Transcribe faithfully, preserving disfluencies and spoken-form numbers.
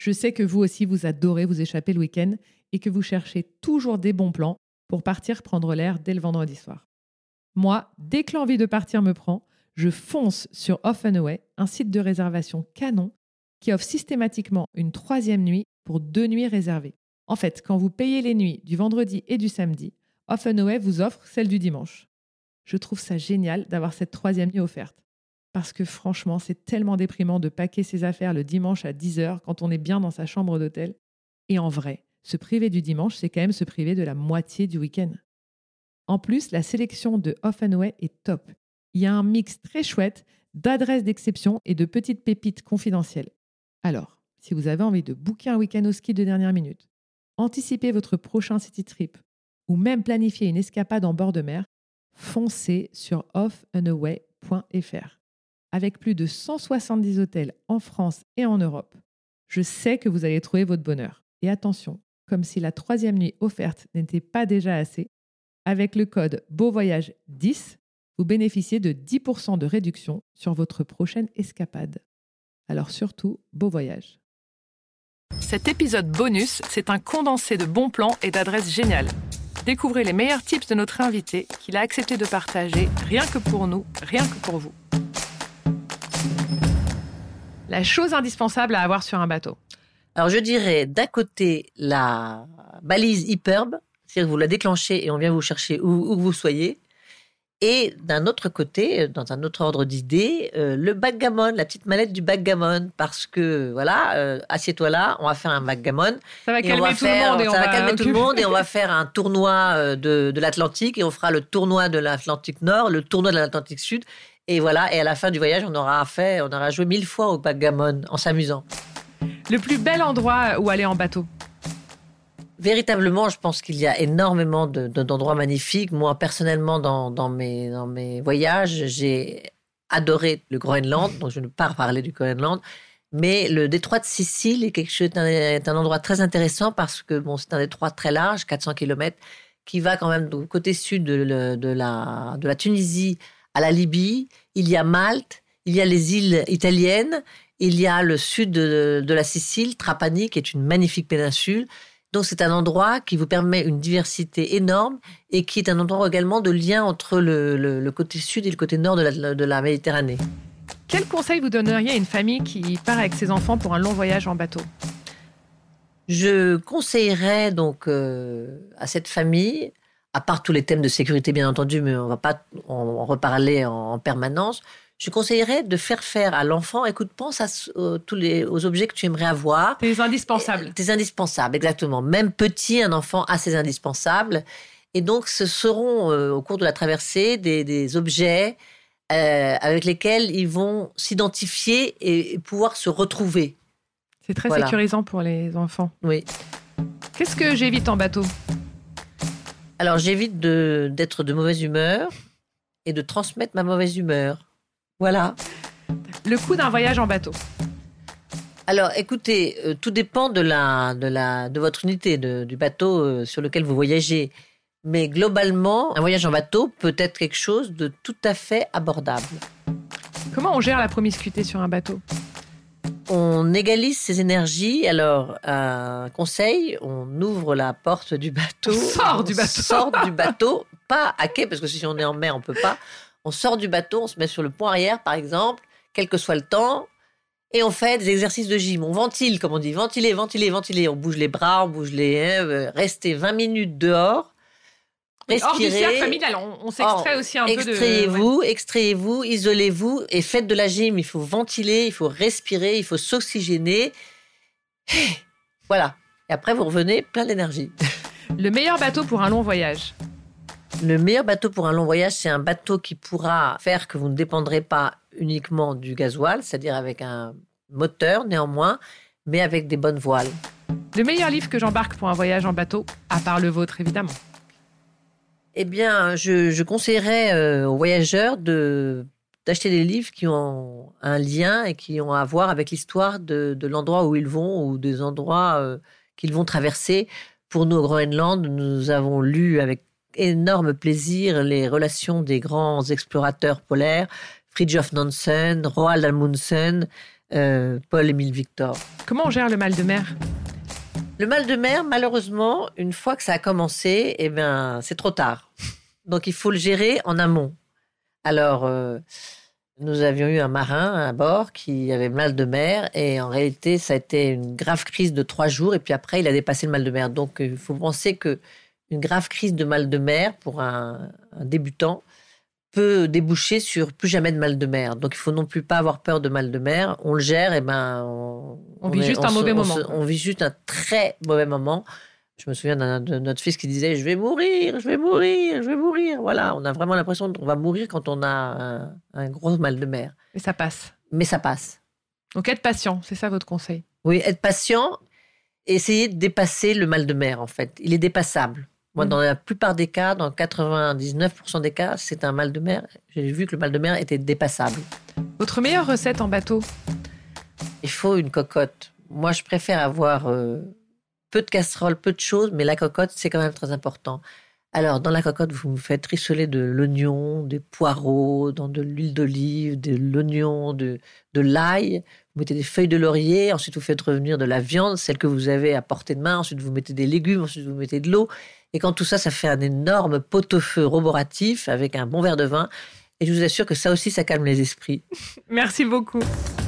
Je sais que vous aussi, vous adorez vous échapper le week-end et que vous cherchez toujours des bons plans pour partir prendre l'air dès le vendredi soir. Moi, dès que l'envie de partir me prend, je fonce sur Off and Away, un site de réservation canon qui offre systématiquement une troisième nuit pour deux nuits réservées. En fait, quand vous payez les nuits du vendredi et du samedi, Off and Away vous offre celle du dimanche. Je trouve ça génial d'avoir cette troisième nuit offerte. Parce que franchement, c'est tellement déprimant de paquer ses affaires le dimanche à dix heures quand on est bien dans sa chambre d'hôtel. Et en vrai, se priver du dimanche, c'est quand même se priver de la moitié du week-end. En plus, la sélection de Off and Away est top. Il y a un mix très chouette d'adresses d'exception et de petites pépites confidentielles. Alors, si vous avez envie de booker un week-end au ski de dernière minute, anticiper votre prochain city trip ou même planifier une escapade en bord de mer, foncez sur off and away point f r. Avec plus de cent soixante-dix hôtels en France et en Europe, je sais que vous allez trouver votre bonheur. Et attention, comme si la troisième nuit offerte n'était pas déjà assez, avec le code BEAUVOYAGE dix, vous bénéficiez de dix pour cent de réduction sur votre prochaine escapade. Alors surtout, beau voyage. Cet épisode bonus, c'est un condensé de bons plans et d'adresses géniales. Découvrez les meilleurs tips de notre invité qu'il a accepté de partager rien que pour nous, rien que pour vous. La chose indispensable à avoir sur un bateau. Alors je dirais d'un côté la balise Hyperb, c'est-à-dire que vous la déclenchez et on vient vous chercher où, où que vous soyez. Et d'un autre côté, dans un autre ordre d'idées, euh, le backgammon, la petite mallette du backgammon, parce que voilà, euh, assieds-toi là, on va faire un backgammon. Ça va calmer tout faire, le monde. Et ça on va va calmer occuper. tout le monde et on va faire un tournoi de, de l'Atlantique et on fera le tournoi de l'Atlantique Nord, le tournoi de l'Atlantique Sud. Et voilà, et à la fin du voyage, on aura fait, on aura joué mille fois au backgammon en s'amusant. Le plus bel endroit où aller en bateau? Véritablement, je pense qu'il y a énormément de, de, d'endroits magnifiques. Moi, personnellement, dans, dans, mes, dans mes voyages, j'ai adoré le Groenland. Donc, je ne vais pas parler du Groenland. Mais le détroit de Sicile est, quelque chose, est, un, est un endroit très intéressant parce que bon, c'est un détroit très large, quatre cents kilomètres, qui va quand même du côté sud de, de, de, la, de la Tunisie à la Libye. Il y a Malte, il y a les îles italiennes, il y a le sud de, de la Sicile, Trapani, qui est une magnifique péninsule. Donc, c'est un endroit qui vous permet une diversité énorme et qui est un endroit également de lien entre le, le, le côté sud et le côté nord de la, de la Méditerranée. Quel conseil vous donneriez à une famille qui part avec ses enfants pour un long voyage en bateau? Je conseillerais donc euh, à cette famille, à part tous les thèmes de sécurité bien entendu, mais on ne va pas en, en reparler en, en permanence, je conseillerais de faire faire à l'enfant, écoute, pense à euh, tous les aux objets que tu aimerais avoir. Tes indispensables. Tes indispensables, exactement. Même petit, un enfant a ses indispensables. Et donc, ce seront, euh, au cours de la traversée, des, des objets euh, avec lesquels ils vont s'identifier et, et pouvoir se retrouver. C'est très voilà. sécurisant pour les enfants. Oui. Qu'est-ce que j'évite en bateau? Alors, j'évite de, d'être de mauvaise humeur et de transmettre ma mauvaise humeur. Voilà. Le coût d'un voyage en bateau. Alors, écoutez, euh, tout dépend de la, de la, de votre unité, de, du bateau euh, sur lequel vous voyagez. Mais globalement, un voyage en bateau peut être quelque chose de tout à fait abordable. Comment on gère la promiscuité sur un bateau? On égalise ses énergies. Alors, un conseil, on ouvre la porte du bateau. On sort du bateau. On sort du bateau, pas à quai, parce que si on est en mer, on peut pas. On sort du bateau, on se met sur le pont arrière, par exemple, quel que soit le temps, et on fait des exercices de gym. On ventile, comme on dit, ventiler, ventiler, ventiler. On bouge les bras, on bouge les... Hein, restez vingt minutes dehors, respirez. Hors du cercle familial, on, on s'extrait Or, aussi un peu de... Extrayez-vous, ouais. extrayez-vous, isolez-vous, et faites de la gym. Il faut ventiler, il faut respirer, il faut s'oxygéner. Voilà. Et après, vous revenez plein d'énergie. Le meilleur bateau pour un long voyage. Le meilleur bateau pour un long voyage, c'est un bateau qui pourra faire que vous ne dépendrez pas uniquement du gasoil, c'est-à-dire avec un moteur néanmoins, mais avec des bonnes voiles. Le meilleur livre que j'embarque pour un voyage en bateau, à part le vôtre évidemment. Eh bien, je, je conseillerais euh, aux voyageurs de, d'acheter des livres qui ont un lien et qui ont à voir avec l'histoire de, de l'endroit où ils vont ou des endroits euh, qu'ils vont traverser. Pour nous, au Groenland, nous avons lu avec énorme plaisir les relations des grands explorateurs polaires, Fridtjof Nansen, Roald Amundsen, euh, Paul-Émile Victor. Comment on gère le mal de mer ? Le mal de mer, malheureusement, une fois que ça a commencé, eh ben, c'est trop tard. Donc, il faut le gérer en amont. Alors, euh, nous avions eu un marin à bord qui avait mal de mer et en réalité, ça a été une grave crise de trois jours et puis après, il a dépassé le mal de mer. Donc, il faut penser qu'une grave crise de mal de mer pour un, un débutant peut déboucher sur plus jamais de mal de mer. Donc, il faut non plus pas avoir peur de mal de mer. On le gère, et ben, on, on, on vit est, juste on un se, mauvais on moment. Se, on vit juste un très mauvais moment. Je me souviens d'un, de notre fils qui disait « Je vais mourir, je vais mourir, je vais mourir ». Voilà, on a vraiment l'impression qu'on va mourir quand on a un, un gros mal de mer. Mais ça passe. Mais ça passe. Donc, être patient, c'est ça votre conseil ? Oui, être patient et essayer de dépasser le mal de mer, en fait. Il est dépassable. Moi, mmh. dans la plupart des cas, dans quatre-vingt-dix-neuf pour cent des cas, c'est un mal de mer. J'ai vu que le mal de mer était dépassable. Votre meilleure recette en bateau ? Il faut une cocotte. Moi, je préfère avoir euh, peu de casseroles, peu de choses, mais la cocotte, c'est quand même très important. Alors, dans la cocotte, vous faites rissoler de l'oignon, des poireaux, dans de l'huile d'olive, de l'oignon, de, de l'ail. Vous mettez des feuilles de laurier. Ensuite, vous faites revenir de la viande, celle que vous avez à portée de main. Ensuite, vous mettez des légumes. Ensuite, vous mettez de l'eau. Et quand tout ça, ça fait un énorme pot-au-feu roboratif avec un bon verre de vin. Et je vous assure que ça aussi, ça calme les esprits. Merci beaucoup.